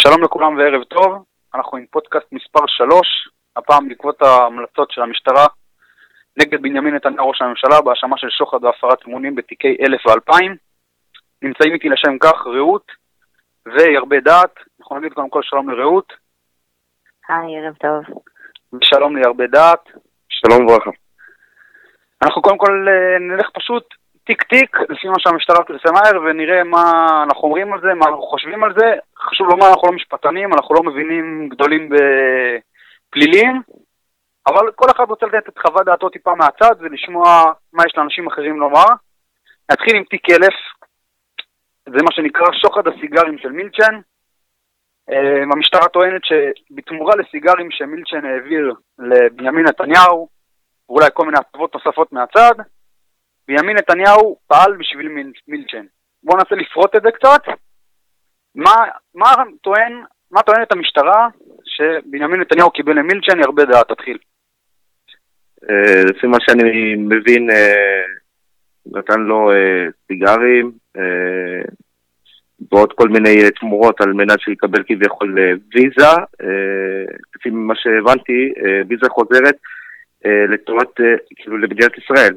שלום לכולם וערב טוב, אנחנו עם פודקאסט מספר 3, הפעם בעקבות ההמלצות של המשטרה נגד בנימין נתניהו ראש הממשלה בהאשמה של שוחד והפרת אמונים בתיקי 1000 ו-2000. נמצאים איתי לשם כך רעות וירבה דעת. אנחנו נגיד קודם כל שלום לרעות. היי, ערב טוב. ושלום לירבה דעת. שלום וברכה. אנחנו קודם כל נלך פשוט טיק טיק לפי מה שהמשטרה פרסמה ונראה מה אנחנו אומרים על זה, מה אנחנו חושבים על זה. חשוב לומר, אנחנו לא משפטנים, אנחנו לא מבינים גדולים בפלילים, אבל כל אחד רוצה לתת את חוות דעתו טיפה מהצד ולשמוע מה יש לאנשים אחרים לומר. נתחיל עם תיק 1000, זה מה שנקרא שוחד הסיגרים של מילצ'ן. המשטרה טוענת שבתמורה לסיגרים שמילצ'ן העביר לבנימין נתניהו, ואולי כל מיני הטבות נוספות מהצד, בנימין נתניהו פעל בשביל מילצ'ן. בואו ננסה לפרוט את זה קצת. מה טוענת המשטרה שבנימין נתניהו קיבל למילצ'ן? ירבה דעת, תתחיל. לפי מה שאני מבין, נתן לו סיגרים ועוד כל מיני תמורות על מנת שיקבל כביכול ויזה. לפי מה שהבנתי, ויזה חוזרת לטובת, כאילו למדינת ישראל.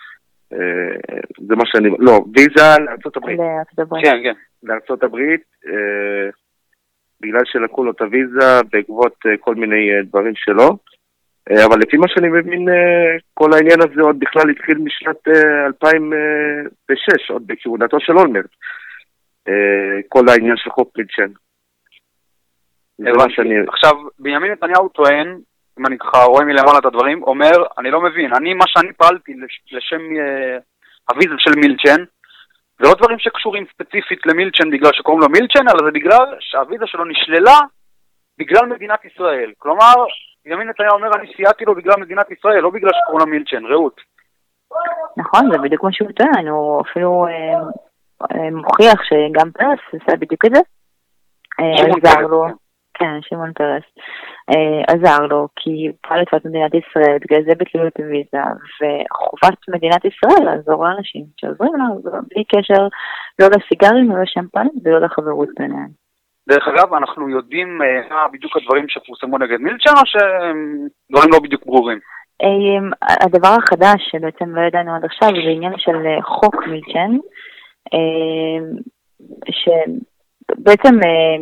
זה מה שאני... לא, ויזה לארצות הברית. כן, כן. לארצות הברית, בגלל שלקחו לו את הוויזה בעקבות כל מיני דברים שלו. אבל לפי מה שאני מבין, כל העניין הזה עוד בכלל התחיל משנת 2006, עוד בכהונתו של אולמרט. כל העניין של חוק מילצ'ן. עכשיו, בנימין נתניהו טוען, אם אני ככה רואה מלמעלה את הדברים, אומר, אני לא מבין, מה שאני פעלתי לשם הוויזה של מילצ'ן, זה לא דברים שקשורים ספציפית למילצ'ן בגלל שקוראים לו מילצ'ן, אלא זה בגלל שהוויזה שלו נשללה בגלל מדינת ישראל. כלומר, בנימין נתניהו אומר, אני סייעתי לו בגלל מדינת ישראל, לא בגלל שקוראים לו מילצ'ן. רעות. נכון, זה בדיוק מה שהוא טוען, הוא אפילו מוכיח שגם פרס עשה בדיוק את זה. שמעון פרס. כן, שמעון פרס. עזר לו, כי פעל לטובת מדינת ישראל, בגלל זה ביטלו את הוויזה, וחובת מדינת ישראל לעזור לאנשים שעוזרים לה, בלי קשר לא לסיגרים, לא לשמפן, ולא לחברות ביניהם. דרך אגב, אנחנו יודעים מה בדיוק הדברים שפורסמו נגד מילצ'ן, או שדברים לא בדיוק ברורים? הדבר החדש שבעצם לא ידענו עד עכשיו, זה עניין של חוק מילצ'ן, שבעצם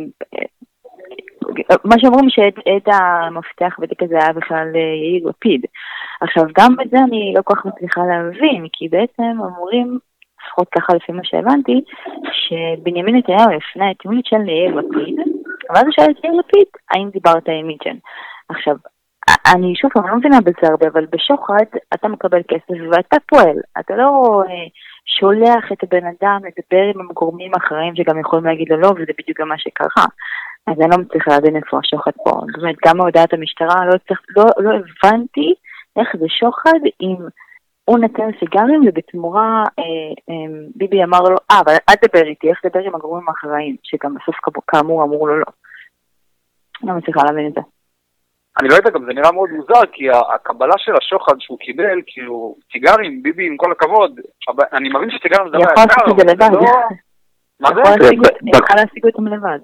מה שאומרים שאת המפתח בתיק הזה היה בכלל יאיר לפיד. עכשיו, גם בזה אני לא כל כך מצליחה להבין, כי בעצם אמורים, לפחות ככה לפי מה שהבנתי, שבנימין נתניהו הפנה את מילצ'ן ליאיר לפיד, ואז שאל את יאיר לפיד, האם דיברת עם מילצ'ן? עכשיו, אני שוב פעם לא מבינה בזה הרבה, אבל בשוחד אתה מקבל כסף ואתה פועל. אתה לא שולח את הבן אדם לדבר עם הגורמים האחראים שגם יכולים להגיד לו לא, וזה בדיוק גם מה שקרה. אז אני לא מצליחה להבין איפה השוחד פה. זאת אומרת, גם מהודעת המשטרה לא הבנתי איך זה שוחד אם הוא נתן סיגרים ובתמורה ביבי אמר לו, אבל אל תדבר איתי, איך תדבר עם הגורמים האחראים, שגם בסוף כאמור אמרו לו לא. לא מצליחה להבין את זה. אני לא יודע, גם זה נראה מאוד מוזר, כי הקבלה של השוחד שהוא קיבל, כאילו, סיגרים, ביבי, עם כל הכבוד, אני מבין שסיגרים זה יכול להשיג את זה לבד. מה זה? יכול להשיג אותם לבד.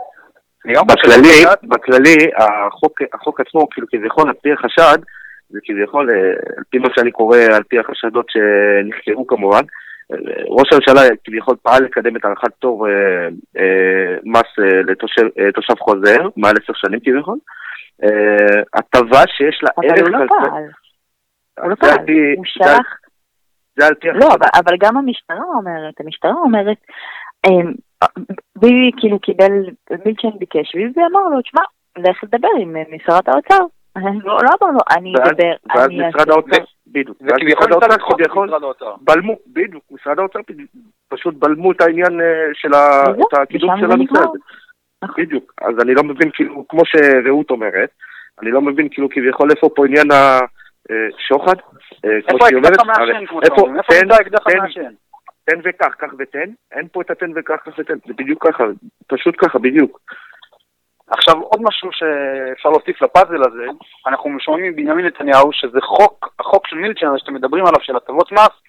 בכללי, החוק עצמו, כאילו, כביכול, על פי החשד, זה כביכול, על פי מה שאני קורא, על פי החשדות שנחקרו כמובן, ראש הממשלה כביכול פעל לקדם את עריכת פטור מס לתושב חוזר, מעל 10 שנים כביכול, הטבה שיש לה ערך... אבל הוא לא פעל, הוא שלח... זה על פי... לא, אבל גם המשטרה אומרת, ביבי כאילו קיבל, מילצ'ן ביקש, ויבי אמר לו, תשמע, לך לדבר עם משרד האוצר. לא אמר לו, אני אדבר, ואז משרד האוצר, בדיוק, בלמו, בדיוק, משרד האוצר פשוט בלמו את העניין של הקידום של הנושא הזה. בדיוק, אז אני לא מבין, כאילו, כמו שרעות אומרת, אני לא מבין, כאילו, כביכול איפה פה עניין השוחד, איפה אקדח המעשן, כמו שאתה אומר, איפה נמצא אקדח המעשן? תן וכך, כך ותן, אין פה את התן וכך, כך ותן, זה בדיוק ככה, פשוט ככה, בדיוק. עכשיו, עוד משהו שאפשר להוסיף לפאזל הזה, אנחנו שומעים מבנימין נתניהו שזה החוק של מילצ'ן, שאתם מדברים עליו, של הטבות מס,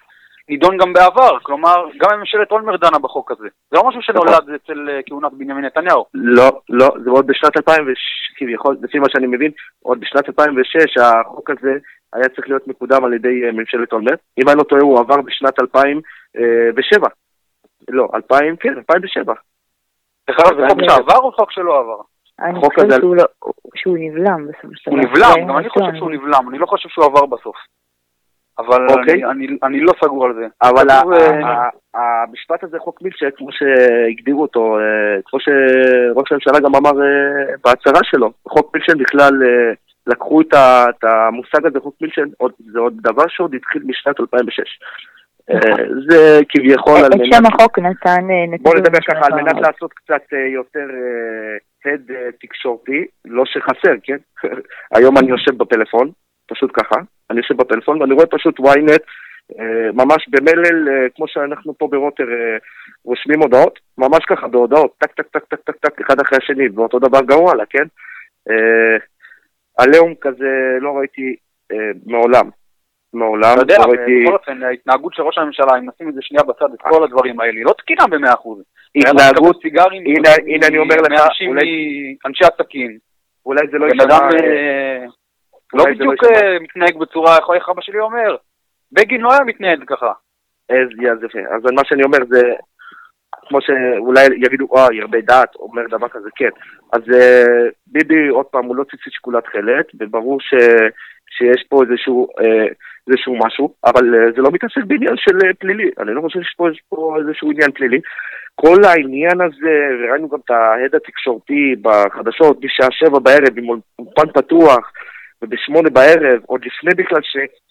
נידון גם בעבר, כלומר, גם ממשלת אולמרט דנה בחוק הזה. זה לא משהו שנולד אצל כהונת בנימין נתניהו. לא, זה עוד בשנת 2006, כביכול, לפי מה שאני מבין, עוד בשנת 2006 החוק הזה היה צריך להיות מקודם על ידי ממשלת אולמרט. אם אני לא טועה, הוא עבר בשנת 2007. לא, 2007. זה חוק שעבר או חוק שלא עבר? אני חושב שהוא נבלם בסוף. הוא נבלם, גם אני חושב שהוא נבלם, אני לא חושב שהוא עבר בסוף. אבל אני לא סגור על זה. אבל המשפט הזה, חוק מילצ'ן, כמו שהגדירו אותו, כמו שראש הממשלה גם אמר בהצהרה שלו, חוק מילצ'ן בכלל לקחו את המושג הזה, חוק מילצ'ן, זה עוד דבר שעוד התחיל משנת 2006. זה כביכול את שם החוק נתן... בוא נדבר ככה, על מנת לעשות קצת יותר הד תקשורתי, לא שחסר, כן? היום אני יושב בפלאפון, פשוט ככה, אני יושב בפלאפון ואני רואה פשוט ynet, ממש במלל, כמו שאנחנו פה ברוטר רושמים הודעות, ממש ככה בהודעות, טק טק טק טק טק טק, אחד אחרי השני, ואותו דבר גרוע לה, כן? עליהום כזה לא ראיתי מעולם. אתה יודע, בכל אופן, ההתנהגות של ראש הממשלה, אם נשים את זה שנייה בצד, את כל הדברים האלה, היא לא תקינה ב100%. התנהגות, הנה אני אומר לך, אנשי עסקים. אולי זה לא ישמע... לא בדיוק מתנהג בצורה, איך אבא שלי אומר, בגין לא היה מתנהג ככה. אז יפה, אז מה שאני אומר זה, כמו שאולי יגידו, ירבי דעת, אומר דבר כזה, כן. אז ביבי, עוד פעם, הוא לא ציצית שקולת חלט, וברור שיש פה איזשהו משהו, אבל זה לא מתעסק בעניין של פלילי. אני לא חושב שיש פה איזשהו עניין פלילי. כל העניין הזה, וראינו גם את ההד התקשורתי בחדשות, בשעה 7 בערב, עם אולפן פתוח, וב8 בערב, עוד לפני בכלל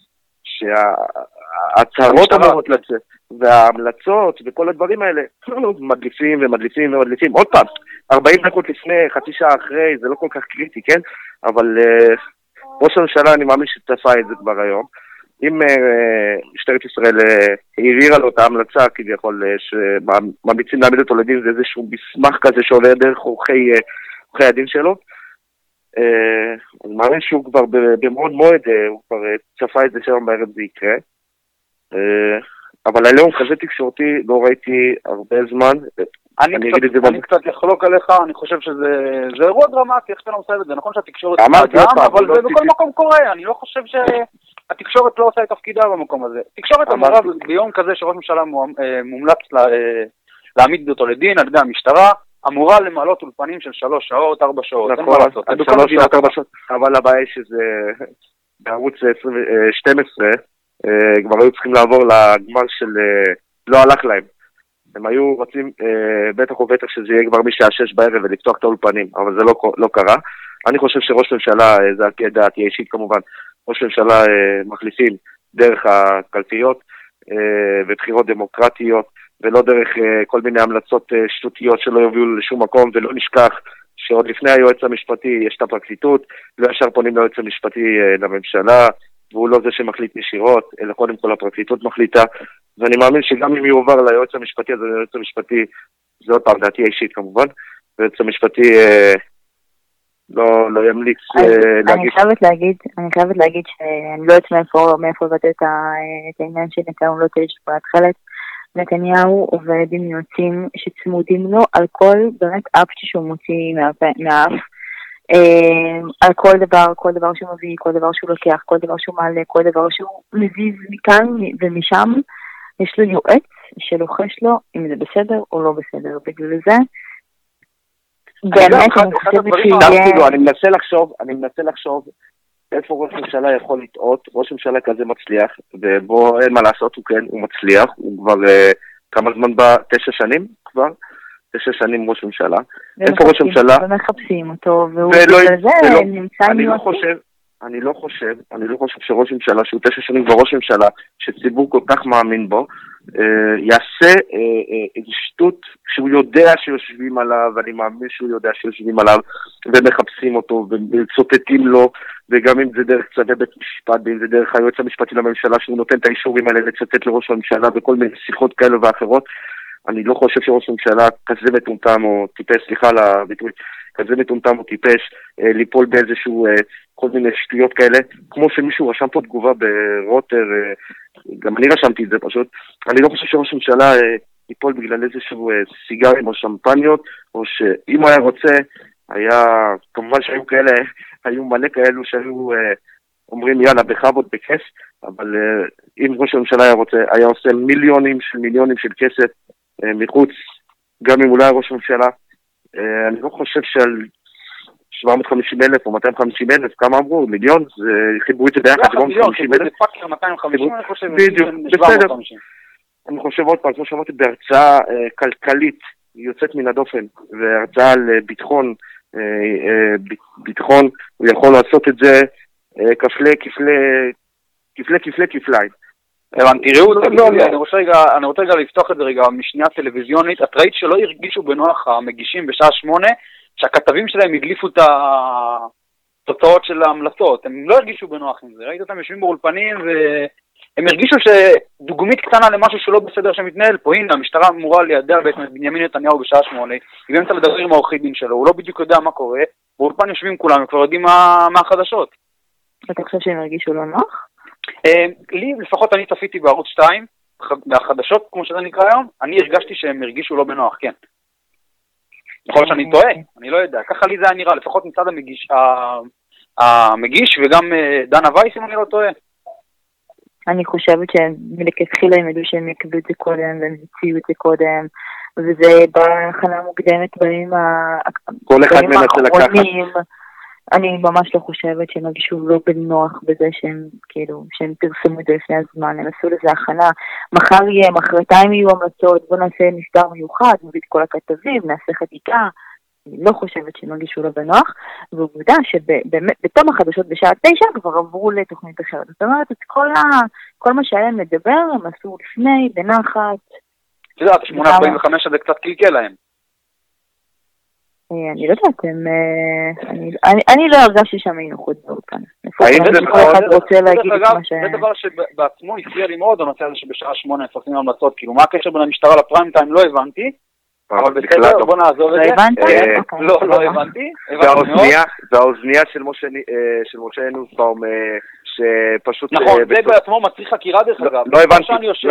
שההצהרות אמורות לצאת, וההמלצות וכל הדברים האלה, מדליפים ומדליפים ומדליפים. עוד פעם, 40 דקות לפני, חצי שעה אחרי, זה לא כל כך קריטי, כן? אבל ראש הממשלה, אני מאמין שצפה את זה כבר היום. אם משטרת ישראל העבירה לו את ההמלצה, כביכול, שממליצים להעמיד אותו לדין, זה איזשהו מסמך כזה שעולה דרך עורכי הדין שלו, אני מאמין שהוא כבר במאוד מועד, הוא כבר צפה את זה שם בערב זה יקרה. אבל היום כזה תקשורתי לא ראיתי הרבה זמן. אני קצת לחלוק עליך, אני חושב שזה אירוע דרמטי, איך שאתה לא עושה את זה, נכון שהתקשורת אבל זה בכל מקום קורה, אני לא חושב שהתקשורת לא עושה את תפקידה במקום הזה. תקשורת אמרה ביום כזה שראש ממשלה מומלץ להעמיד אותו לדין על ידי המשטרה, אמורה למעלות אולפנים של 3 שעות, 4 שעות. נכון, 3 שעות, 4 שעות. אבל הבעיה שזה בערוץ 12, כבר היו צריכים לעבור לגמר של לא הלך להם. הם היו רוצים בטח ובטח שזה יהיה כבר משעה 6 בערב ולפתוח את האולפנים, אבל זה לא קרה. אני חושב שראש ממשלה, זה על פי דעתי אישית כמובן, ראש ממשלה מחליפים דרך הקלפיות ובחירות דמוקרטיות, ולא דרך כל מיני המלצות שטותיות שלא יובילו לשום מקום, ולא נשכח שעוד לפני היועץ המשפטי יש את הפרקליטות, לא ישר פונים ליועץ המשפטי לממשלה, והוא לא זה שמחליט ישירות, אלא קודם כל הפרקליטות מחליטה, ואני מאמין שגם אם יועבר ליועץ המשפטי, אז היועץ המשפטי, זה עוד פעם דעתי האישית כמובן, והיועץ המשפטי לא ימליץ להגיד. אני חייבת להגיד שאני לא יודעת מאיפה הבאת את העניין שנתנו לא תהיה שפעת חלט, נתניהו עובד עם יועצים שצמודים לו על כל באמת אפ שהוא מוציא מהאף, על כל דבר שהוא מביא, כל דבר שהוא לוקח, כל דבר שהוא מעלה, כל דבר שהוא מזיז מכאן ומשם, יש לו יועץ שלוחש לו אם זה בסדר או לא בסדר. בגלל זה באמת אני חושבת שיהיה... אני מנסה לחשוב איפה ראש ממשלה יכול לטעות, ראש ממשלה כזה מצליח, ובו אין מה לעשות, הוא מצליח, הוא כבר כמה זמן 9 שנים כבר, 9 שנים ראש ממשלה. איפה ראש ממשלה? ומחפשים אותו, והוא בגלל זה נמצא אני לא חושב שראש ממשלה, שהוא 9 שנים כבר ראש ממשלה, שציבור כל כך מאמין בו, יעשה איזו שטות שהוא יודע שיושבים עליו, ואני מאמין שהוא יודע שיושבים עליו, ומחפשים אותו, וצוטטים לו, וגם אם זה דרך צווי בית משפט, ואם זה דרך היועץ המשפטי לממשלה, שהוא נותן את האישורים האלה לצטט לראש הממשלה, וכל מיני שיחות כאלה ואחרות, אני לא חושב שראש ממשלה כזה מטומטם או טיפש, סליחה על הביטוי, כזה מטומטם או טיפש, ליפול באיזשהו כל מיני שטויות כאלה, כמו שמישהו רשם פה תגובה ברוטר, גם אני רשמתי את זה פשוט, אני לא חושב שראש הממשלה ייפול בגלל איזשהו סיגרים או שמפניות, או שאם הוא היה רוצה, היה, כמובן שהיו כאלה, היו מלא כאלו שהיו אומרים יאללה בכבוד, בכיף, אבל אם ראש הממשלה היה רוצה, היה עושה מיליונים של כסף מחוץ, גם אם אולי ראש הממשלה, אני לא חושב שעל 750,000 או 250,000, כמה אמרו? מיליון? חיברו את זה ביחד, 750,000. זה פאקר 250, אני חושב, בדיוק, בסדר. אני חושב עוד פעם, כמו שאמרתי, בהרצאה כלכלית יוצאת מן הדופן, והרצאה על ביטחון, הוא יכול לעשות את זה כפליים. רעות, אני רוצה רגע לפתוח את זה רגע משנייה טלוויזיונית. את ראית שלא הרגישו בנוח המגישים בשעה 8, שהכתבים שלהם הדליפו את התוצאות של ההמלצות. הם לא הרגישו בנוח עם זה. ראית אותם יושבים באולפנים והם הרגישו שדוגמית קטנה למשהו שלא בסדר שמתנהל פה. הנה, המשטרה אמורה לידע בעצם את בנימין נתניהו בשעה 8, היא באמצע לדבר עם העורכי דין שלו, הוא לא בדיוק יודע מה קורה, באולפן יושבים כולם, הם כבר יודעים מה החדשות. אתה חושב שהם הרגישו לא נוח? לי, לפחות אני צפיתי בערוץ 2, מהחדשות, כמו שזה נקרא היום, אני הרגשתי שהם הרגישו לא בנוח, כן. יכול להיות שאני טועה, אני לא יודע. ככה לי זה היה נראה, לפחות מצד המגיש וגם דנה וייס, אם אני לא טועה. אני חושבת שמלכתחילה הם ידעו שהם יקבלו את זה קודם, והם הציעו את זה קודם, וזה בהכנה מוקדמת בהם כל אחד מנסה לקחת. אני ממש לא חושבת שהם הרגישו לא בנוח בזה שהם פרסמו את זה לפני הזמן, הם עשו לזה הכנה, מחר יהיה, מחרתיים יהיו המלצות, בוא נעשה מסדר מיוחד, נביא את כל הכתבים, נעשה חקיקה, אני לא חושבת שהם הרגישו לא בנוח, ועובדה שבתום החדשות בשעה 9 כבר עברו לתוכנית אחרת, זאת אומרת, את כל מה שהיה להם לדבר, הם עשו לפני, בנחת. אתה יודעת, 8:45 זה קצת קלקל להם. אני לא יודעת, אני לא הרגשתי שם אי-נוחות באולפן. זה דבר שבעצמו הפריע לי מאוד, הנושא הזה שבשעה 8 מפרסמים המלצות, כאילו מה הקשר בין המשטרה לפריים טיים לא הבנתי, אבל בסדר, בוא נעזוב את זה. לא הבנתי. והאוזנייה של משה נוסבאום, שפשוט... נכון, זה בעצמו מצריך חקירה דרך אגב. לא הבנתי.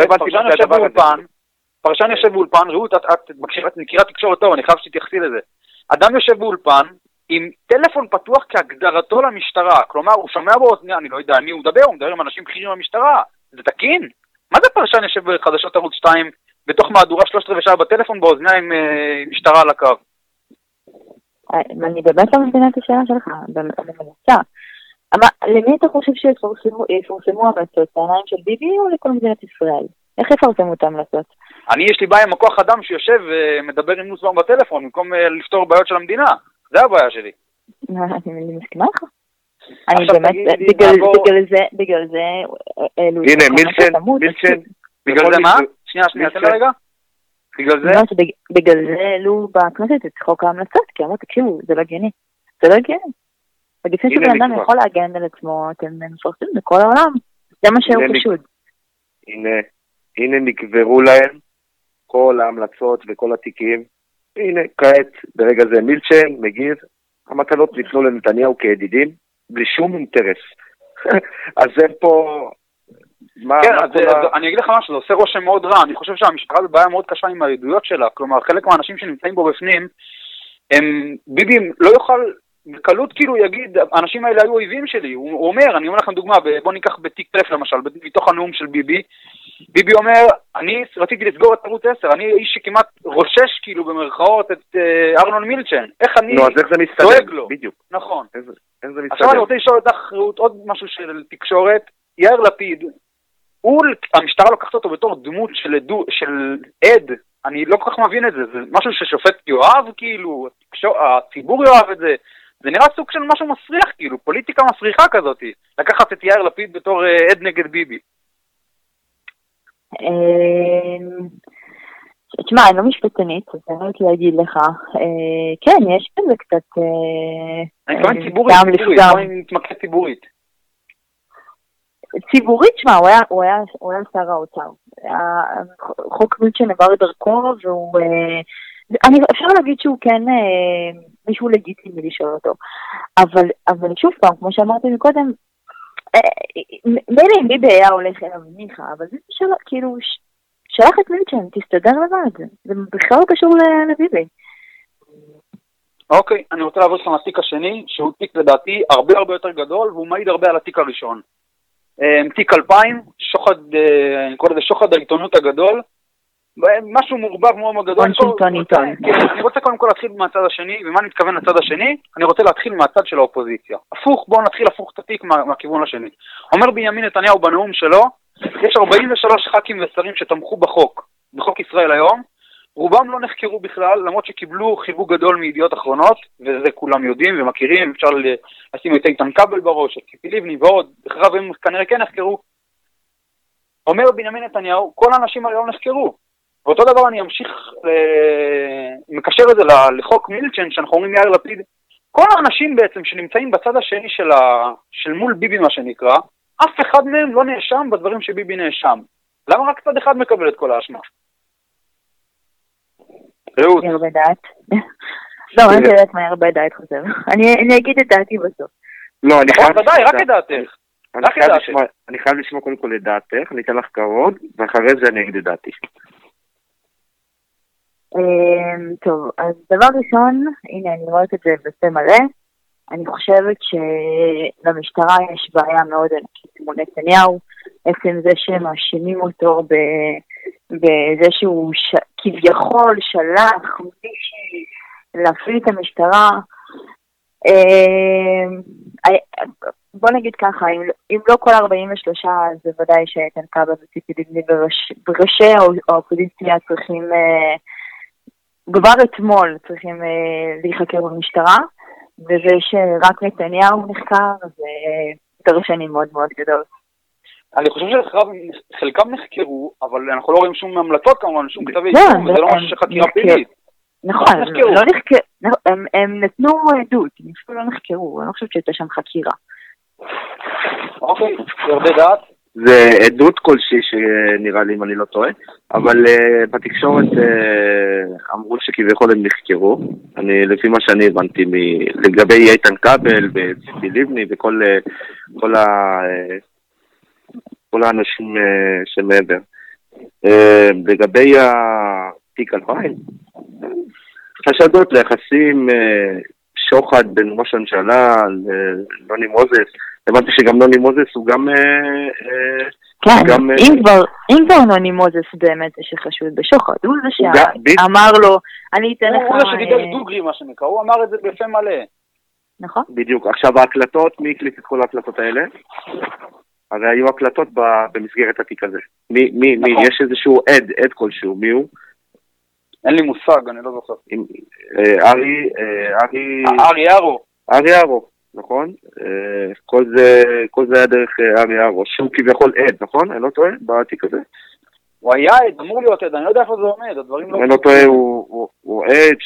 פרשן יושב באולפן, רעות, את מכירה תקשורת טוב, אני חייב שתתייחסי לזה. אדם יושב באולפן עם טלפון פתוח כהגדרתו למשטרה, כלומר הוא שומע באוזניה, אני לא יודע מי הוא מדבר עם אנשים בכירים במשטרה, זה תקין? מה זה פרשן יושב בחדשות ערוץ 2 בתוך מהדורה 3/4 בטלפון באוזניה עם משטרה על הקו? אני באמת לא מבינה את השאלה שלך, במנסה. אבל למי אתה חושב שיפורסמו המלצות? לעיניים של ביבי או לכל מדינת ישראל? איך יפרסמו את ההמלצות? יש לי בעיה עם הכוח אדם שיושב ומדבר עם נוסבאום בטלפון במקום לפתור בעיות של המדינה. זה הבעיה שלי. אני מסכימה לך. אני באמת, בגלל זה... הנה, מילצ'ן. בגלל זה מה? שנייה, תן רגע. בגלל זה? בגלל זה העלו בכנסת את חוק ההמלצות, כי אמרו, תקשיבו, זה לא הגיוני. זה לא הגיוני. לפני שבן אדם יכול להגן על עצמו, אתם מפרסמים בכל העולם. זה מה שהוא פשוט. הנה נקברו להם כל ההמלצות וכל התיקים. הנה, כעת, ברגע זה מילצ'ן מגיב, המטלות ניתנו לנתניהו כידידים, בלי שום אינטרס. אז זה פה... כן, אני אגיד לך משהו, זה עושה רושם מאוד רע. אני חושב שהמשפחה זו בעיה מאוד קשה עם העדויות שלה. כלומר, חלק מהאנשים שנמצאים בו בפנים, ביבי לא יוכל... בקלות כאילו יגיד, האנשים האלה היו אויבים שלי. הוא אומר, אני אומר לכם דוגמה, בוא ניקח בתיק טרף למשל, מתוך הנאום של ביבי. ביבי אומר, אני רציתי לסגור את ערוץ 10, אני איש שכמעט רושש כאילו במרכאות את ארנון מילצ'ן. איך אני דואג לו? בדיוק. נכון. עכשיו אני רוצה לשאול את אחריות עוד משהו של תקשורת. יאיר לפיד, המשטרה לוקחת אותו בתור דמות של עד. אני לא כל כך מבין את זה. זה משהו ששופט יאהב כאילו, הציבור יאהב את זה. זה נראה סוג של משהו מסריח, כאילו, פוליטיקה מסריחה כזאת, לקחת את יאיר לפיד בתור עד נגד ביבי. תשמע, אני לא משפטנית, אז אני לא הייתי להגיד לך, כן, יש כזה קצת... אני כבר ציבורית, אני מתמקד ציבורית. ציבורית, תשמע, הוא היה שר האוצר. חוק מילצ'ן עבר דרכו, והוא... אפשר להגיד שהוא כן מישהו לגיטימי לשאול אותו, אבל שוב פעם, כמו שאמרתי מקודם, מילא אם ביבי היה הולך אליו ניחא, אבל זה כאילו, שלח את מילצ'ן, תסתדר לבד, זה בכלל לא קשור לביבי. אוקיי, אני רוצה לעבור לכם לתיק השני, שהוא תיק לדעתי הרבה הרבה יותר גדול, והוא מעיד הרבה על התיק הראשון. תיק 2000, שוחד, אני קורא לזה שוחד העיתונות הגדול, משהו מורבב מאוד גדול. אני רוצה קודם כל להתחיל מהצד השני, ומה אני מתכוון לצד השני? אני רוצה להתחיל מהצד של האופוזיציה. הפוך, בואו נתחיל הפוך את התיק מהכיוון השני. אומר בנימין נתניהו בנאום שלו, יש 43 ח"כים ושרים שתמכו בחוק ישראל היום, רובם לא נחקרו בכלל, למרות שקיבלו חיבוק גדול מידיעות אחרונות, וזה כולם יודעים ומכירים, אפשר לשים את איתן כבל בראש, את ציפי לבני ועוד, אחריו הם כנראה כן נחקרו. אומר בנימין נתניהו, כל האנשים היום נחקרו. ואותו דבר אני אמשיך, מקשר את זה לחוק מילצ'ן, שאנחנו אומרים יאיר לפיד, כל האנשים בעצם שנמצאים בצד השני של מול ביבי מה שנקרא, אף אחד מהם לא נאשם בדברים שביבי נאשם. למה רק צד אחד מקבל את כל האשמה? רעות. הרבה דעת. לא, אני יודעת מה הרבה דעת חושב. אני אגיד את דעתי בסוף. לא, אני חייב... ודאי, רק את דעתך. אני חייב לשמוע קודם כל את דעתך, אני אתן לך כבוד, ואחרי זה אני אגיד את דעתי. טוב, אז דבר ראשון, הנה אני רואה את זה בפה מלא, אני חושבת שלמשטרה יש בעיה מאוד ענקית מול נתניהו, עצם זה שהם מאשימים אותו בזה שהוא כביכול שלח מישהי להפעיל את המשטרה. בוא נגיד ככה, אם לא כל 43, אז בוודאי שאיתן כבל וציפי לבני בראשי האופוזיציה צריכים, כבר אתמול צריכים להיחקר במשטרה, וזה שרק נתניהו נחקר, זה יותר שנים מאוד מאוד גדול. אני חושב שחלקם נחקרו, אבל אנחנו לא רואים שום המלצות כמובן, שום כתבי אישום, וזה לא משהו שחקירה פלילית. נכון, הם נתנו עדות, הם אפילו לא נחקרו, אני לא חושבת שהייתה שם חקירה. אוקיי, הרבה דעת. זה עדות כלשהי שנראה לי אם אני לא טועה, אבל בתקשורת אמרו שכביכול הם נחקרו, לפי מה שאני הבנתי לגבי איתן כבל וציפי לבני וכל האנשים שמעבר. לגבי התיק 2000, חשדות ליחסים שוחד בין ראש הממשלה לנוני מוזס, הבנתי שגם נוני מוזס הוא גם... כן, אם כבר נוני מוזס באמת שחשוד בשוחד, הוא זה שאמר לו, אני אתן לך... הוא זה שגידל דוגרי מה שנקרא, הוא אמר את זה בפה מלא. נכון. בדיוק, עכשיו ההקלטות, מי הקליט את כל ההקלטות האלה? הרי היו הקלטות במסגרת התיק הזה. מי, יש איזשהו עד כלשהו, מי הוא? אין לי מושג, אני לא זוכר. ארי ארו, נכון? כל זה היה דרך ארי ארו, שהוא כביכול עד, נכון? אני לא טועה בתיק הזה. הוא היה עד, אמור להיות עד, אני לא יודע איפה זה עומד, הדברים לא... אני לא טועה, הוא עד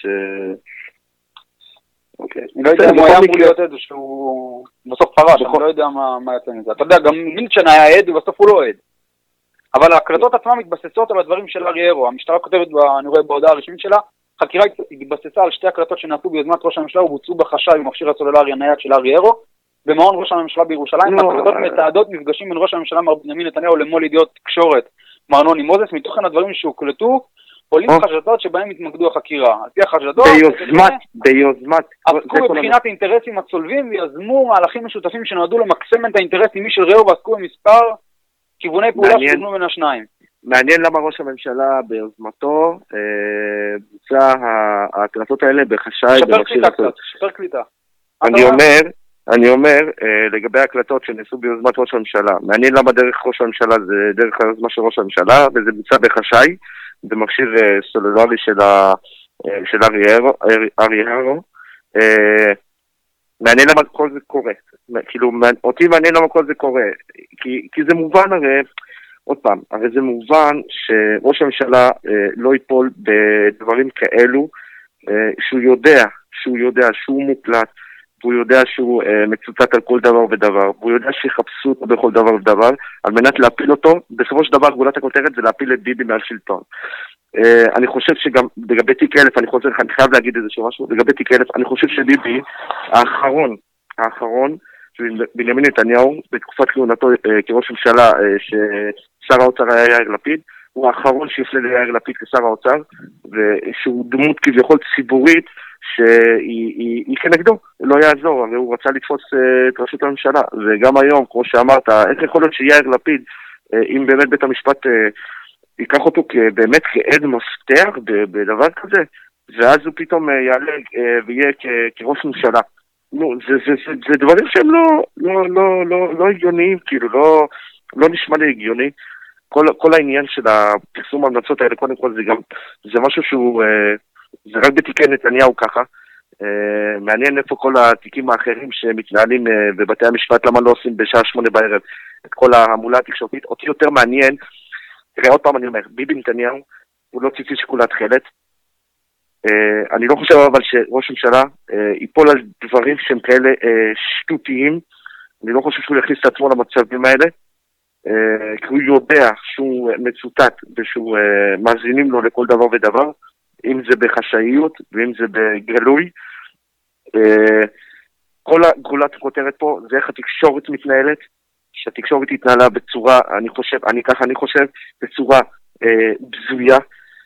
אני לא יודע אם הוא היה אמור להיות עד, שהוא בסוף פרש, אני לא יודע מה יצא מזה. אתה יודע, גם מילצ'ן היה עד, ובסוף הוא לא עד. אבל ההקלטות עצמן מתבססות על הדברים של ארי ארו. המשטרה כותבת, אני רואה בהודעה הרשמית שלה, חקירה התבססה על שתי הקלטות שנעשו ביוזמת ראש הממשלה ובוצעו בחשאי במכשיר הסלולרי הנייד של ארי ארו, במעון ראש הממשלה בירושלים. ההקלטות מתעדות מפגשים בין ראש הממשלה מר בנימין נתניהו למול ידיעות תקשורת מר נוני מוזס. מתוכן הדברים שהוקלטו עולים חשדות שבהם התמקדו החקירה. על פי החשדות, ביוזמת, עסקו בבחינת האינטרסים הצולבים ויזמו מהלכים משותפים שנועדו למקסם את האינטרס ממי של ראו ועסקו במספר כיווני פעולה שתובנו בין השניים. מעניין למה ראש הממשלה ביוזמתו בוצע ההקלטות האלה בחשאי שפר קליטה. אני אומר, לגבי ההקלטות שנעשו ביוזמת ראש הממשלה, מעניין למה דרך ראש הממשלה זה דרך היוזמה של ראש הממשלה, וזה בוצע בחשאי, במכשיר סלולרי של ארי ארו. מעניין למה כל זה קורה. כאילו, אותי מעניין למה כל זה קורה. כי זה מובן הרי, עוד פעם, הרי זה מובן שראש הממשלה לא ייפול בדברים כאלו, שהוא יודע שהוא מוקלט, והוא יודע שהוא מצוטט על כל דבר ודבר, והוא יודע שיחפשו אותו בכל דבר ודבר, על מנת להפיל אותו. בסופו של דבר גולת הכותרת זה להפיל את ביבי מעל שלטון. אני חושב שגם לגבי תיק 1000, אני חייב להגיד איזשהו משהו, לגבי תיק 1000, אני חושב שביבי האחרון שבנימין נתניהו, בתקופת כהונתו כראש ממשלה, ששר האוצר היה יאיר לפיד, הוא האחרון שיפנה ליאיר לפיד כשר האוצר, ושהוא דמות כביכול ציבורית שהיא כנגדו, לא יעזור, הרי הוא רצה לתפוס את ראשות הממשלה, וגם היום, כמו שאמרת, איך יכול להיות שיאיר לפיד, אם באמת בית המשפט ייקח אותו באמת כעד מפתח בדבר כזה, ואז הוא פתאום יעלה ויהיה כראש ממשלה. זה דברים שהם לא הגיוניים, כאילו, לא נשמע לי הגיוני. כל העניין של הפרסום ההמלצות האלה, קודם כל זה משהו שהוא, זה רק בתיקי נתניהו ככה. מעניין איפה כל התיקים האחרים שמתנהלים בבתי המשפט, למה לא עושים בשעה 8 בערב את כל המולה התקשורתית. אותי יותר מעניין, תראה עוד פעם אני אומר, ביבי נתניהו הוא לא ציצי שכולה תחלת. אני לא חושב אבל שראש ממשלה ייפול על דברים שהם כאלה שטותיים. אני לא חושב שהוא יכניס את עצמו למצבים האלה, כי הוא יודע שהוא מצוטט ושהוא מאזינים לו לכל דבר ודבר, אם זה בחשאיות ואם זה בגלוי. כל הגולת הכותרת פה זה איך התקשורת מתנהלת, שהתקשורת התנהלה בצורה, אני חושב, בצורה בזויה,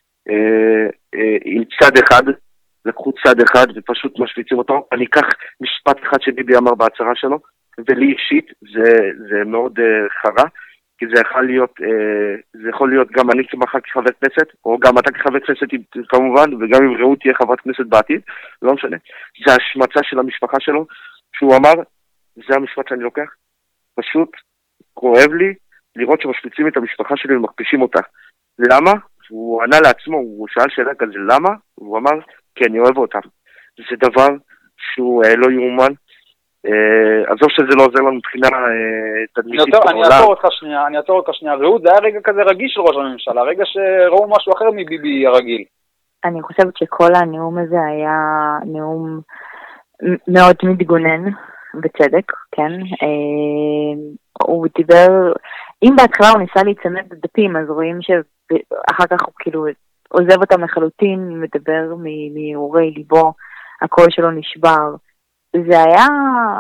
עם צד אחד, לקחו צד אחד ופשוט משוויצים אותו. אני אקח משפט אחד שביבי אמר בהצהרה שלו, ולי אישית זה מאוד חרה, כי זה יכול להיות גם אני כמחר כחבר כנסת, או גם אתה כחבר כנסת כמובן, וגם אם רעות תהיה חברת כנסת בעתיד, לא משנה. זה השמצה של המשפחה שלו, שהוא אמר, זה המשפט שאני לוקח, פשוט כואב לי לראות שמשפיצים את המשפחה שלי ומכפישים אותה. למה? הוא ענה לעצמו, הוא שאל שאלה כזה, למה? הוא אמר, כי אני אוהב אותה. זה דבר שהוא לא יאומן. עזוב שזה לא עוזר לנו מבחינה תדמיתית בעולם. אני אעצור אותך שנייה. רעות, זה היה רגע כזה רגיש של ראש הממשלה, רגע שראו משהו אחר מביבי הרגיל. אני חושבת שכל הנאום הזה היה נאום מאוד מתגונן, בצדק, כן. הוא דיבר, אם בהתחלה הוא ניסה להיצמד בדפים, אז רואים שאחר כך הוא כאילו עוזב אותם לחלוטין, מדבר מהורי ליבו, הקול שלו נשבר. זה היה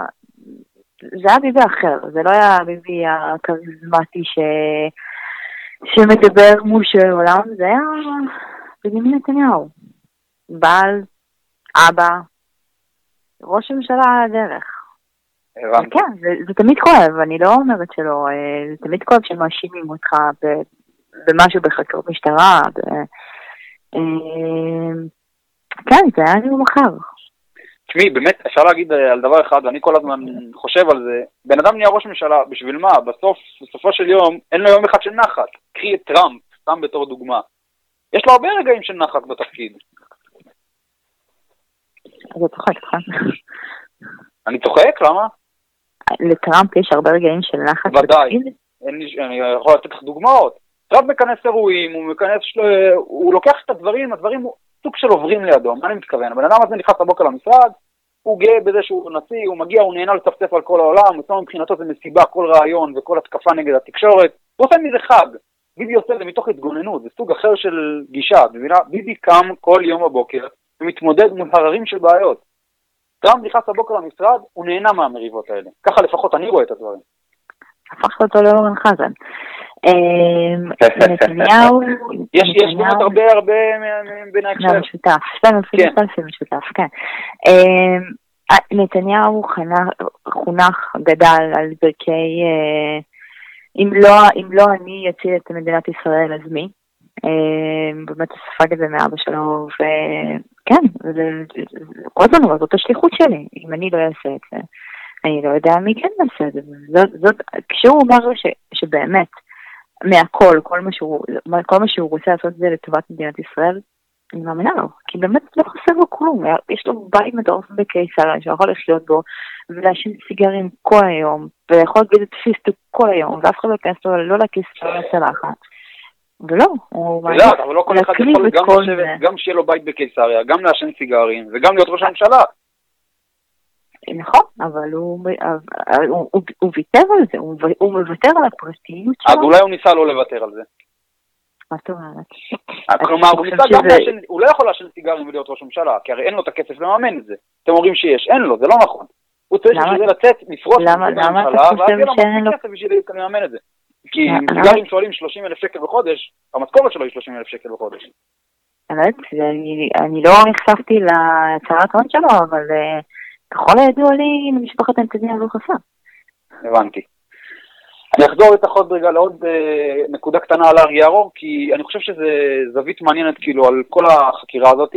ביבי אחר, זה לא היה ביבי הכריזמטי שמדבר מול של עולם, זה היה בנימין נתניהו, בעל, אבא, ראש הממשלה על הדרך. כן, זה תמיד כואב, אני לא אומרת שלא, זה תמיד כואב שמאשימים אותך במשהו בחקירות משטרה, כן, זה היה נאום אחר. תשמעי, באמת, אפשר להגיד על דבר אחד, ואני כל הזמן חושב על זה, בן אדם נהיה ראש ממשלה, בשביל מה? בסופו של יום, אין לו יום אחד של נחת. קחי את טראמפ, סתם בתור דוגמה. יש לו הרבה רגעים של נחת בתפקיד. אז אתה צוחק. אני צוחק? למה? לטראמפ יש הרבה רגעים של נחת בתפקיד? אני יכול לתת לך דוגמאות. טראמפ מכנס אירועים, הוא לוקח את הדברים הוא סוג של עוברים לידו. מה אני מתכוון? הבן אדם הזה נכנס לבוקר למשרד, הוא גאה בזה שהוא נשיא, הוא מגיע, הוא נהנה לצפצף על כל העולם, אצלנו מבחינתו זה מסיבה, כל רעיון וכל התקפה נגד התקשורת. הוא עושה מזה חג. ביבי עושה זה מתוך התגוננות, זה סוג אחר של גישה. ביבי קם כל יום בבוקר ומתמודד מול הררים של בעיות. טראמפ נכנס לבוקר למשרד, הוא נהנה מהמריבות האלה. ככה לפחות אני רואה את הדברים. הפכת אותו לאורן חזן. נתניהו... יש באמת הרבה בין ההקשר. משותף, משותף, כן. נתניהו חונך גדל על ברכי, אם לא אני אציל את מדינת ישראל, אז מי? באמת ספג את זה מאבא שלו, וכן, כל הזמן, זאת השליחות שלי, אם אני לא אעשה את זה. אני לא יודע מי כן נעשה את זה. כשהוא אומר שבאמת, מהכל, כל מה שהוא רוצה לעשות את זה לטובת מדינת ישראל, אני מאמינה לו, כי באמת לא חסר לו כלום. יש לו בית מטורף בקיסריה, שיכול לחיות בו, ולהשין סיגרים כל היום, ויכול להגיד את פיסטו כל היום, ואף אחד לא יכנס לו לא לכיס ולא לצלחת. ולא, הוא אבל לא כל אחד יכול גם שיהיה לו בית בקיסריה, גם להשין סיגרים, וגם להיות ראש הממשלה. נכון, אבל הוא ויתר על זה, הוא מוותר על הפרטיות שלו. אז אולי הוא ניסה לא לוותר על זה. מה זאת אומרת? כלומר, הוא לא יכול להשן סיגרים ולהיות ראש ממשלה, כי הרי אין לו את הכסף לממן את זה. אתם אומרים שיש, אין לו, זה לא נכון. הוא צריך שזה לצאת, לפרוש למה אתה חושב שאין לו כסף בשביל לממן את זה? כי גם אם שואלים 30,000 שקל בחודש, המשכורת שלו היא 30,000 שקל בחודש. אני לא נחשפתי להצהרת הון שלו, אבל ככל הידוע לי, משפחת נתניהו לא חשף. הבנתי. אני אחזור איתך עוד רגע לעוד נקודה קטנה על ארי ירור, כי אני חושב שזה זווית מעניינת כאילו על כל החקירה הזאת.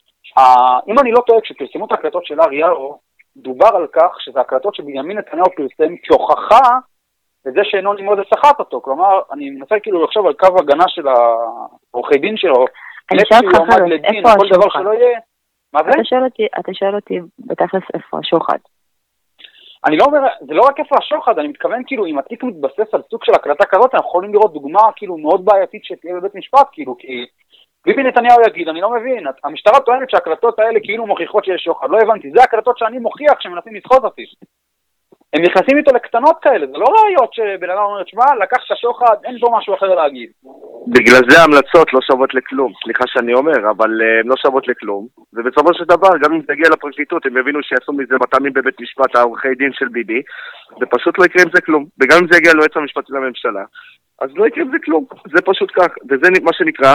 אם אני לא טועה, כשפרסמו את ההקלטות של ארי ירור, דובר על כך שזה הקלטות שבנימין נתניהו פרסם כהוכחה לזה שנוני מוזס סחט אותו. כלומר, אני מנסה כאילו לחשוב על קו הגנה של העורכי דין שלו, אני שואל אותך לדין, כל דבר שלא יהיה. מה זה? אתה שואל אותי בתכלס איפה השוחד. אני לא אומר, זה לא רק איפה השוחד, אני מתכוון כאילו אם התיק מתבסס על סוג של הקלטה כזאת, אנחנו יכולים לראות דוגמה כאילו מאוד בעייתית שתהיה בבית משפט, כאילו, כי ביבי נתניהו יגיד, אני לא מבין, המשטרה טוענת שההקלטות האלה כאילו מוכיחות שיש שוחד, לא הבנתי, זה הקלטות שאני מוכיח שמנסים לסחוט אותי. הם נכנסים איתו לקטנות כאלה, זה לא ראיות שבן אדם אומר, שמה, לקח את השוחד, אין פה משהו אחר להגיד. בגלל זה ההמלצות לא שוות לכלום, סליחה שאני אומר, אבל הן לא שוות לכלום, ובסופו של דבר, גם אם תגיע לפרקליטות, הם יבינו שיעשו מזה מטעמים בבית משפט, העורכי דין של ביבי, ופשוט לא יקרה עם זה כלום, וגם אם זה יגיע ליועץ המשפטי לממשלה, אז לא יקרה עם זה כלום, זה פשוט כך, וזה מה שנקרא,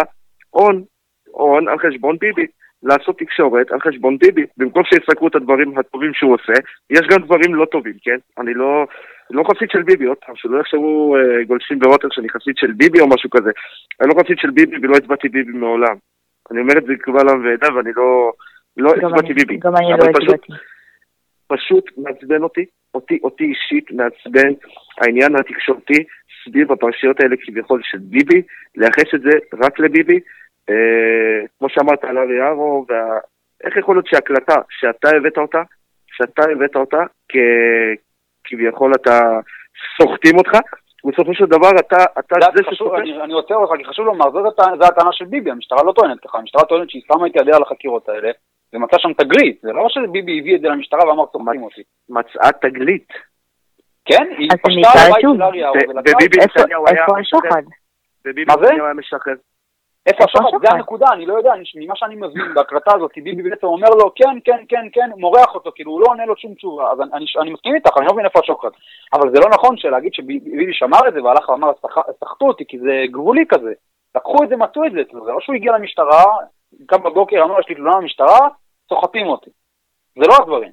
הון על חשבון ביבי. לעשות תקשורת על חשבון ביבי, במקום שיסקרו את הדברים הטובים שהוא עושה, יש גם דברים לא טובים, כן? אני לא חסיד של ביבי, עוד פעם, שלא יחשבו גולשים ברוטר שאני חסיד של ביבי או משהו כזה. אני לא חסיד של ביבי ולא הצבעתי ביבי מעולם. אני אומר את זה קבל עם ועדה ואני לא הצבעתי ביבי. גם אני לא הצבעתי. פשוט מעצבן אותי אישית מעצבן העניין התקשורתי סביב הפרשיות האלה כביכול של ביבי, לייחס את זה רק לביבי, כמו שאמרת על ארי ירור, איך יכול להיות שהקלטה שאתה הבאת אותה כביכול אתה סוחטים אותך, ובסופו של דבר אתה זה שסוחט. אני רוצה לך, כי חשוב לומר, זה הטענה של ביבי, המשטרה לא טוענת ככה, המשטרה טוענת שהיא שמה את ידיה על החקירות האלה, ומצא שם תגלית, זה לא שביבי הביא את זה למשטרה ואמר סוחטים אותי. מצאה תגלית. כן, היא פשטה על הבית של ארי ירור, איפה השוחד? וביבי נתניהו היה משחרר. איפה השוחד? זה הנקודה, אני לא יודע, ממה שאני מבין בהקלטה הזאת, ביבי בעצם אומר לו, כן, מורח אותו, כאילו הוא לא עונה לו שום תשובה, אז אני מסכים איתך, אני לא מבין איפה השוחד, אבל זה לא נכון להגיד שביבי שמר את זה והלך ואמר, סחטו אותי, כי זה גבולי כזה, לקחו את זה, מצאו את זה, זה לא שהוא הגיע למשטרה, קם בבוקר, אמר, יש לי תלונה למשטרה, סוחטים אותי, זה לא הדברים.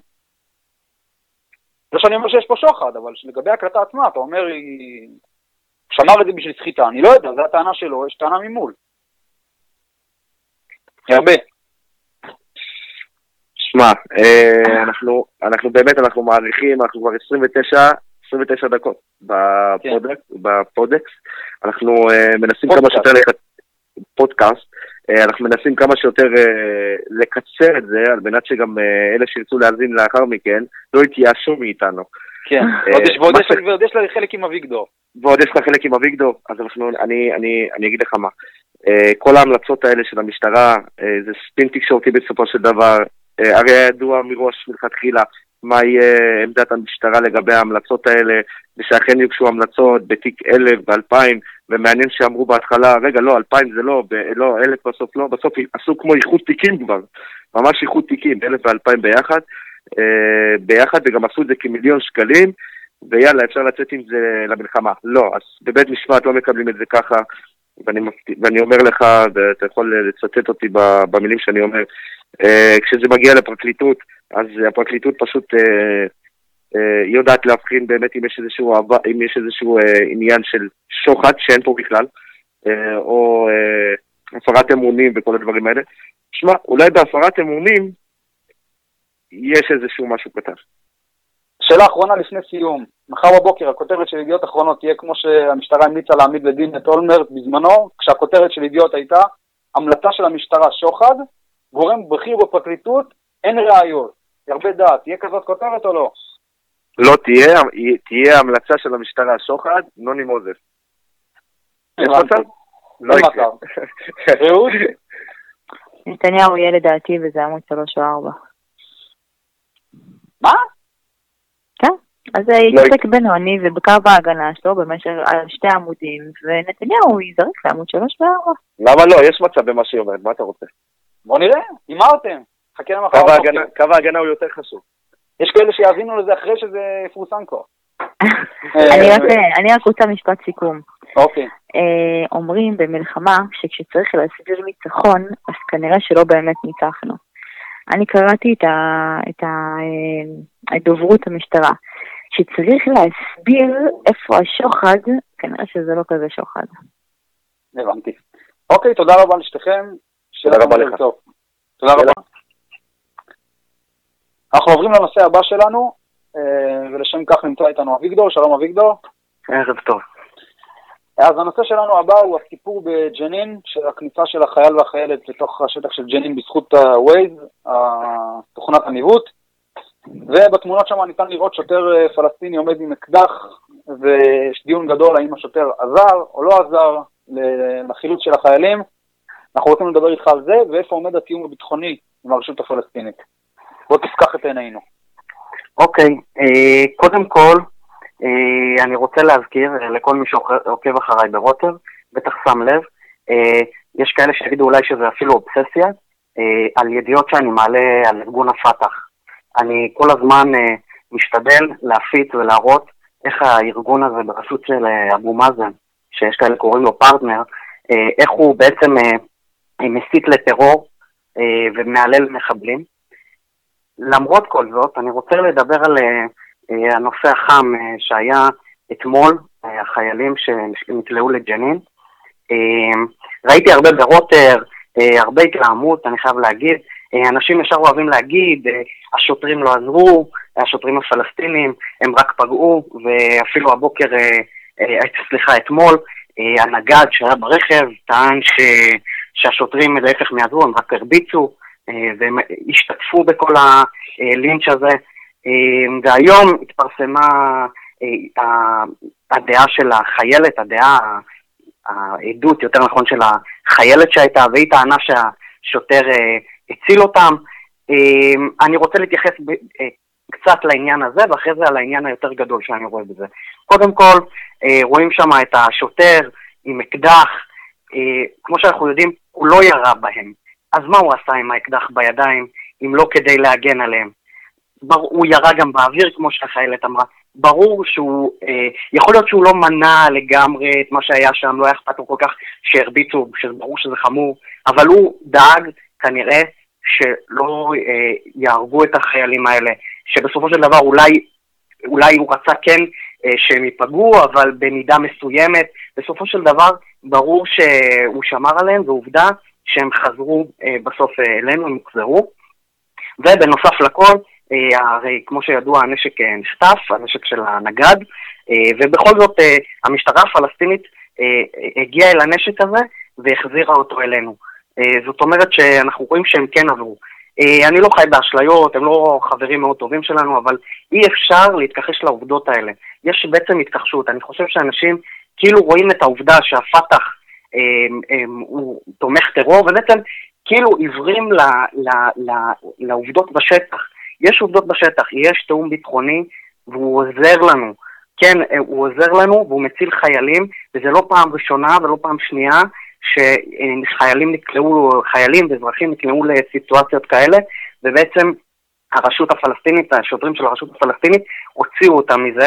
זה שאני אומר שיש פה שוחד, אבל לגבי ההקלטה עצמה, אתה אומר, שמר את זה בשביל סחיטה, אני לא יודע, זה הטענה שלו, יש טענה ממול. הרבה. שמע, אנחנו מעריכים, אנחנו כבר 29 דקות בפודקאסט, אנחנו מנסים כמה שיותר פודקאסט, אנחנו מנסים כמה שיותר לקצר את זה, על מנת שגם אלה שירצו להאזין לאחר מכן, לא יתייאשו מאיתנו. כן, ועוד יש לה חלק עם אביגדור. אז אני אגיד לך מה. כל ההמלצות האלה של המשטרה, זה ספין תקשורתי בסופו של דבר, הרי ידוע מראש מלכתחילה מה יהיה עמדת המשטרה לגבי ההמלצות האלה, ושאכן יוגשו המלצות בתיק 1000 ב-2000, ומעניין שאמרו בהתחלה, רגע לא, 2000 זה לא, 1000 בסוף לא, בסוף עשו כמו איחוד תיקים כבר, ממש איחוד תיקים, 1000 ו-2000 ביחד, וגם עשו את זה כ1,000,000 שקלים, ויאללה, אפשר לצאת עם זה למלחמה. לא, אז בבית משפט לא מקבלים את זה ככה, ואני אומר לך, ואתה יכול לצטט אותי במילים שאני אומר, כשזה מגיע לפרקליטות, אז הפרקליטות פשוט יודעת להבחין באמת אם יש איזשהו עניין של שוחד שאין פה בכלל, או הפרת אמונים וכל הדברים האלה. תשמע, אולי בהפרת אמונים יש איזשהו משהו קטן. שאלה אחרונה לפני סיום, מחר בבוקר הכותרת של ידיעות אחרונות תהיה כמו שהמשטרה המליצה להעמיד לדין את אולמרט בזמנו, כשהכותרת של ידיעות הייתה המלצה של המשטרה שוחד, גורם בכיר בפרקליטות, אין ראיות. הרבה דעת, תהיה כזאת כותרת או לא? לא תהיה המלצה של המשטרה שוחד, נוני מוזס. יש מצב? לא יקרה. רעות? נתניהו יהיה לדעתי וזה עמוד 3 או 4. מה? כן, אז יתעסק בנוני ובקו ההגנה שלו במשך 2 עמודים, ונתניהו יזרק לעמוד 3 ו-4. למה לא? יש מצב במה שהיא אומרת, מה אתה רוצה? בוא נראה, אמרתם. חכה למחר. קו ההגנה הוא יותר חשוב. יש כאלה שיאבינו לזה אחרי שזה יפורסם כבר. אני רק רוצה משפט סיכום. אוקיי. אומרים במלחמה שכשצריך להסביר ניצחון, אז כנראה שלא באמת ניצחנו. אני קראתי את דוברות המשטרה, שצריך להסביר איפה השוחד, כנראה שזה לא כזה שוחד. הבנתי. אוקיי, תודה רבה לשתיכם. תודה רבה לך. תודה רבה. אנחנו עוברים לנושא הבא שלנו, ולשם כך נמצא איתנו אביגדור. שלום אביגדור. ערב טוב. אז הנושא שלנו הבא הוא הסיפור בג'נין, של הכניסה של החייל והחיילת לתוך השטח של ג'נין בזכות ה-Waze, תוכנת הניווט, ובתמונות שם ניתן לראות שוטר פלסטיני עומד עם אקדח, ויש דיון גדול האם השוטר עזר או לא עזר לחילוץ של החיילים. אנחנו רוצים לדבר איתך על זה, ואיפה עומד התיאום הביטחוני עם הרשות הפלסטינית. בוא תפקח את עינינו. אוקיי, קודם כל, אני רוצה להזכיר לכל מי שעוקב אחריי ברוטר, בטח שם לב, יש כאלה שיגידו אולי שזה אפילו אובססיה, על ידיעות שאני מעלה על ארגון הפתח. אני כל הזמן משתדל להפיץ ולהראות איך הארגון הזה בראשות של אבו מאזן, שיש כאלה קוראים לו פרטנר, איך הוא בעצם מסית לטרור ומעלל מחבלים. למרות כל זאת, אני רוצה לדבר על הנושא החם שהיה אתמול, החיילים שנקלעו לג'נין. ראיתי הרבה ברוטר, הרבה התלהמות, אני חייב להגיד. אנשים ישר אוהבים להגיד, השוטרים לא עזרו, השוטרים הפלסטינים, הם רק פגעו, ואפילו הבוקר, אתמול, הנגד שהיה ברכב טען שהשוטרים להפך מעזרו, הם רק הרביצו, והם השתתפו בכל הלינץ' הזה. והיום התפרסמה הדעה של החיילת, העדות יותר נכון של החיילת שהייתה, והיא טענה שהשוטר הציל אותם. אני רוצה להתייחס קצת לעניין הזה, ואחרי זה על העניין היותר גדול שאני רואה בזה. קודם כל, רואים שם את השוטר עם אקדח, כמו שאנחנו יודעים, הוא לא ירה בהם. אז מה הוא עשה עם האקדח בידיים, אם לא כדי להגן עליהם? הוא ירה גם באוויר, כמו שהחיילת אמרה. ברור שהוא, יכול להיות שהוא לא מנע לגמרי את מה שהיה שם, לא היה אכפת לו כל כך שהרביצו, ברור שזה חמור, אבל הוא דאג כנראה שלא יהרגו את החיילים האלה, שבסופו של דבר אולי הוא רצה כן שהם ייפגעו, אבל במידה מסוימת, בסופו של דבר ברור שהוא שמר עליהם, ועובדה שהם חזרו בסוף אלינו, הם הוחזרו. ובנוסף לכל, הרי כמו שידוע הנשק נחטף, הנשק של הנגד, ובכל זאת המשטרה הפלסטינית הגיעה אל הנשק הזה והחזירה אותו אלינו. זאת אומרת שאנחנו רואים שהם כן עברו. אני לא חי באשליות, הם לא חברים מאוד טובים שלנו, אבל אי אפשר להתכחש לעובדות האלה. יש בעצם התכחשות. אני חושב שאנשים כאילו רואים את העובדה שהפתח הוא תומך טרור, ובעצם כאילו עיוורים לעובדות בשטח. יש עובדות בשטח, יש תאום ביטחוני, והוא עוזר לנו. כן, הוא עוזר לנו, והוא מציל חיילים, וזה לא פעם ראשונה ולא פעם שנייה, חיילים ואזרחים נקלעו לסיטואציות כאלה, ובעצם הרשות הפלסטינית, השוטרים של הרשות הפלסטינית, הוציאו אותם מזה,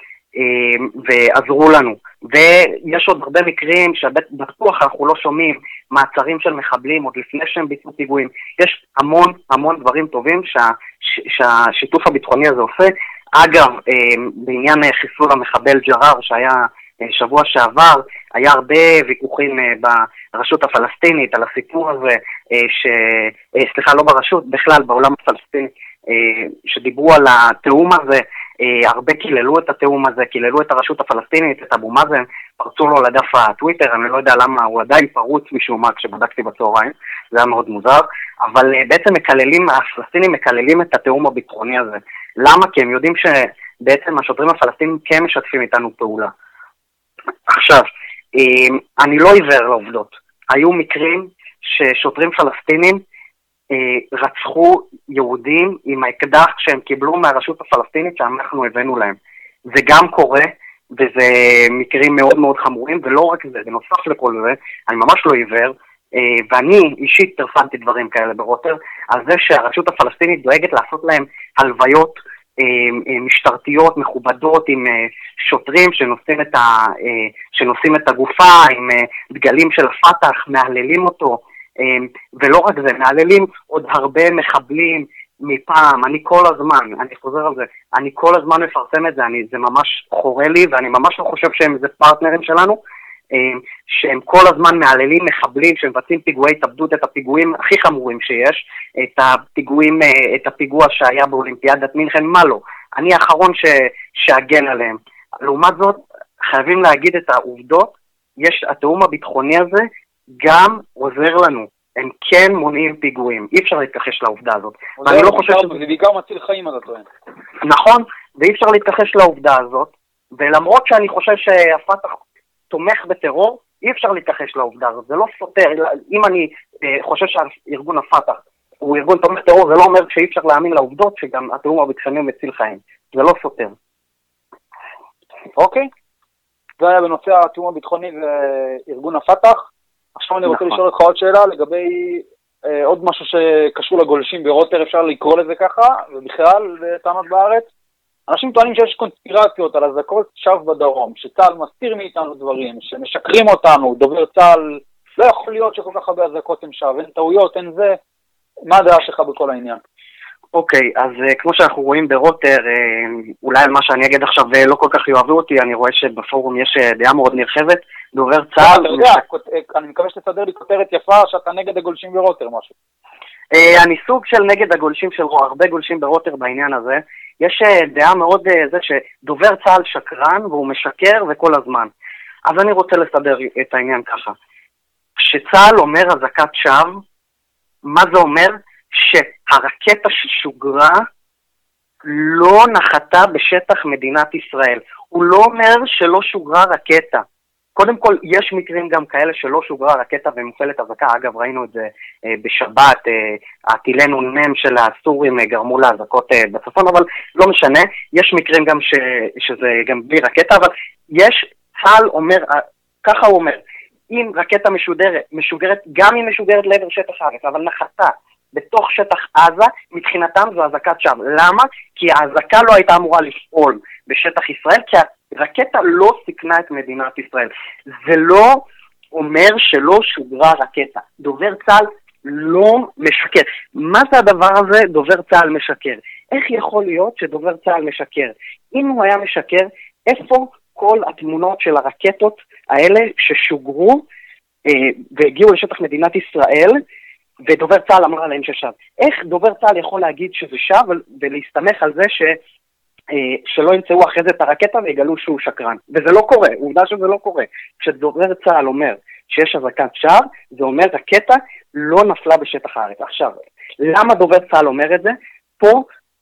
ועזרו לנו. ויש עוד הרבה מקרים שבטוח אנחנו לא שומעים מעצרים של מחבלים עוד לפני שהם ביצעו פיגועים. יש המון דברים טובים שהשיתוף הביטחוני הזה עושה. אגב, בעניין חיסול המחבל ג'רר שהיה שבוע שעבר, היה הרבה ויכוחים ברשות הפלסטינית על הסיפור הזה, סליחה, לא ברשות, בכלל בעולם הפלסטיני, שדיברו על התאום הזה, הרבה קיללו את התאום הזה, קיללו את הרשות הפלסטינית, את אבו מאזן, פרצו לו לדף הטוויטר, אני לא יודע למה, הוא עדיין פרוץ משום מה כשבדקתי בצהריים, זה היה מאוד מוזר, אבל בעצם הפלסטינים מקללים את התאום הביטחוני הזה. למה? כי הם יודעים שבעצם השוטרים הפלסטינים כן משתפים איתנו פעולה. עכשיו, אני לא עיוור לעובדות. היו מקרים ששוטרים פלסטינים רצחו יהודים עם האקדח שהם קיבלו מהרשות הפלסטינית שאנחנו הבאנו להם. זה גם קורה, וזה מקרים מאוד מאוד חמורים, ולא רק זה, בנוסף לכל זה, אני ממש לא עיוור, ואני אישית פרסמתי דברים כאלה ברוטר, על זה שהרשות הפלסטינית דואגת לעשות להם הלוויות משטרתיות מכובדות עם שוטרים שנושאים את הגופה עם דגלים של הפתח, מהללים אותו, ולא רק זה, מהללים עוד הרבה מחבלים מפעם. אני כל הזמן, אני חוזר על זה, אני כל הזמן מפרסם את זה, זה ממש חורה לי, ואני ממש לא חושב שהם איזה פרטנרים שלנו, שהם כל הזמן מעללים מחבלים שמבצעים פיגועי התאבדות, את הפיגועים הכי חמורים שיש, את הפיגוע שהיה באולימפיאדת מינכן, מה לא? אני האחרון שאגן עליהם. לעומת זאת, חייבים להגיד את העובדות, התאום הביטחוני הזה גם עוזר לנו, הם כן מונעים פיגועים, אי אפשר להתכחש לעובדה הזאת. ואני לא חושב שזה בעיקר מציל חיים, אתה טוען. נכון, ואי אפשר להתכחש לעובדה הזאת, ולמרות שאני חושב שהפתח תומך בטרור, אי אפשר להתכחש לעובדה הזאת, זה לא סותר. אם אני חושב שהארגון הפתח הוא ארגון תומך טרור, זה לא אומר שאי אפשר להאמין לעובדות שגם התאום הביטחוני מציל חיים, זה לא סותר. אוקיי, זה היה בנושא התאום הביטחוני וארגון הפתח. עכשיו אני רוצה לשאול אותך עוד שאלה לגבי עוד משהו שקשור לגולשים ברוטר, אפשר לקרוא לזה ככה, ובכלל טענות בארץ. אנשים טוענים שיש קונספירציות על אזעקות שווא בדרום, שצה"ל מסתיר מאיתנו דברים, שמשקרים אותנו, דובר צה"ל, לא יכול להיות שכל כך הרבה אזעקות הם שווא, אין טעויות, אין זה. מה הדעה שלך בכל העניין? אוקיי, אז כמו שאנחנו רואים ברוטר, אולי על מה שאני אגיד עכשיו לא כל כך יאהבו אותי, אני רואה שבפורום יש דעה מאוד נרחבת, דובר צה"ל... אתה יודע, אני מקווה שתסדר לי כותרת יפה שאתה נגד הגולשים ברוטר, משהו. אני סוג של נגד הגולשים של הרבה גולשים ברוטר בעניין הזה. יש דעה מאוד זה שדובר צה"ל שקרן והוא משקר וכל הזמן. אז אני רוצה לסדר את העניין ככה. כשצה"ל אומר אזעקת שווא, מה זה אומר? שהרקטה ששוגרה לא נחתה בשטח מדינת ישראל. הוא לא אומר שלא שוגרה רקטה. קודם כל, יש מקרים גם כאלה שלא שוגרה רקטה ומופעלת אזעקה. אגב, ראינו את זה בשבת, הטילי נ"מ של הסורים גרמו לאזעקות בצפון, אבל לא משנה. יש מקרים גם שזה גם בלי רקטה, אבל צה"ל אומר, ככה הוא אומר, אם רקטה משוגרת, גם אם משוגרת לעבר שטח הארץ, אבל נחתה בתוך שטח עזה, מבחינתם זו אזעקת שווא. למה? כי האזעקה לא הייתה אמורה לפעול בשטח ישראל, כי הרקטה לא סיכנה את מדינת ישראל. זה לא אומר שלא שוגרה רקטה. דובר צה"ל לא משקר. מה זה הדבר הזה, דובר צה"ל משקר? איך יכול להיות שדובר צה"ל משקר? אם הוא היה משקר, איפה כל התמונות של הרקטות האלה ששוגרו והגיעו לשטח מדינת ישראל, ודובר צה"ל אמר עליהם ששב? איך דובר צה"ל יכול להגיד שזה שב ולהסתמך על זה שלא ימצאו אחרי זה את הרקטה ויגלו שהוא שקרן? וזה לא קורה, עובדה שזה לא קורה. כשדובר צה"ל אומר שיש אזעקת שווא, זה אומר רקטה לא נפלה בשטח הארץ. עכשיו, למה דובר צה"ל אומר את זה? פה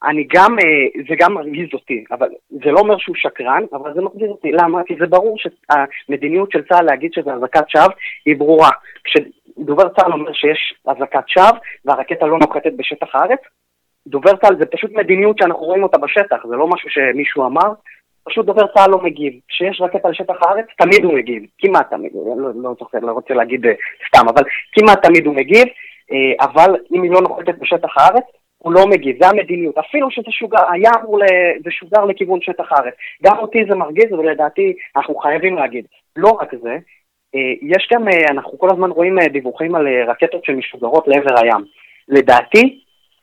זה גם מרגיז אותי, אבל זה לא אומר שהוא שקרן, אבל זה מרגיז אותי. למה? כי זה ברור שהמדיניות של צה"ל להגיד שזה אזעקת שווא היא ברורה. כשדובר צה"ל אומר שיש אזעקת שווא והרקטה לא נוחתת בשטח הארץ, דובר צה"ל זה פשוט מדיניות שאנחנו רואים אותה בשטח, זה לא משהו שמישהו אמר, פשוט דובר צה"ל לא מגיב. כשיש רקטה לשטח הארץ, תמיד הוא מגיב, כמעט תמיד, לא רוצה להגיד סתם, אבל כמעט תמיד הוא מגיב, אבל אם היא לא נוחתת בשטח הארץ, הוא לא מגיב, זה המדיניות. אפילו שזה זה שוגר לכיוון שטח הארץ. גם אותי זה מרגיז, ולדעתי אנחנו חייבים להגיד. לא רק זה, יש גם, אנחנו כל הזמן רואים דיווחים על רקטות שמשוגרות לעבר הים. לדעתי,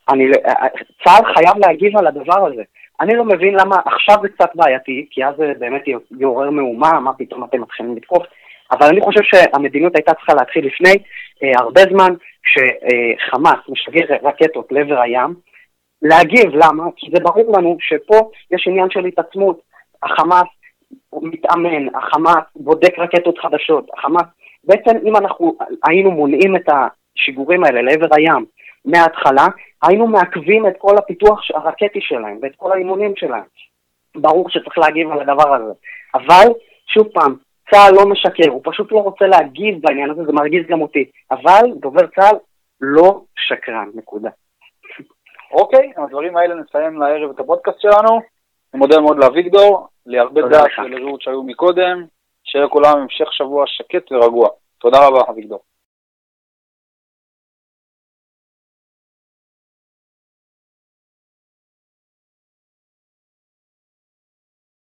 צה"ל חייב להגיב על הדבר הזה. אני לא מבין למה עכשיו זה קצת בעייתי, כי אז זה באמת יעורר מהומה, מה פתאום אתם מתחילים לתקוף. אבל אני חושב שהמדיניות הייתה צריכה להתחיל לפני הרבה זמן, שחמאס משגר רקטות לעבר הים, להגיב. למה? כי זה ברור לנו שפה יש עניין של התעצמות. החמאס מתאמן, החמאס בודק רקטות חדשות, החמאס, בעצם אם אנחנו היינו מונעים את השיגורים האלה לעבר הים מההתחלה, היינו מעכבים את כל הפיתוח הרקטי שלהם ואת כל האימונים שלהם. ברור שצריך להגיב על הדבר הזה. אבל, שוב פעם, צה"ל לא משקר, הוא פשוט לא רוצה להגיב בעניין הזה, זה מרגיז גם אותי. אבל דובר צה"ל לא שקרן, נקודה. אוקיי, עם הדברים האלה נסיים לערב את הפודקאסט שלנו. אני מודה מאוד לאביגדור, להרבה דעת ולראות שהיו מקודם. שיהיה לכולם המשך שבוע שקט ורגוע. תודה רבה, אביגדור.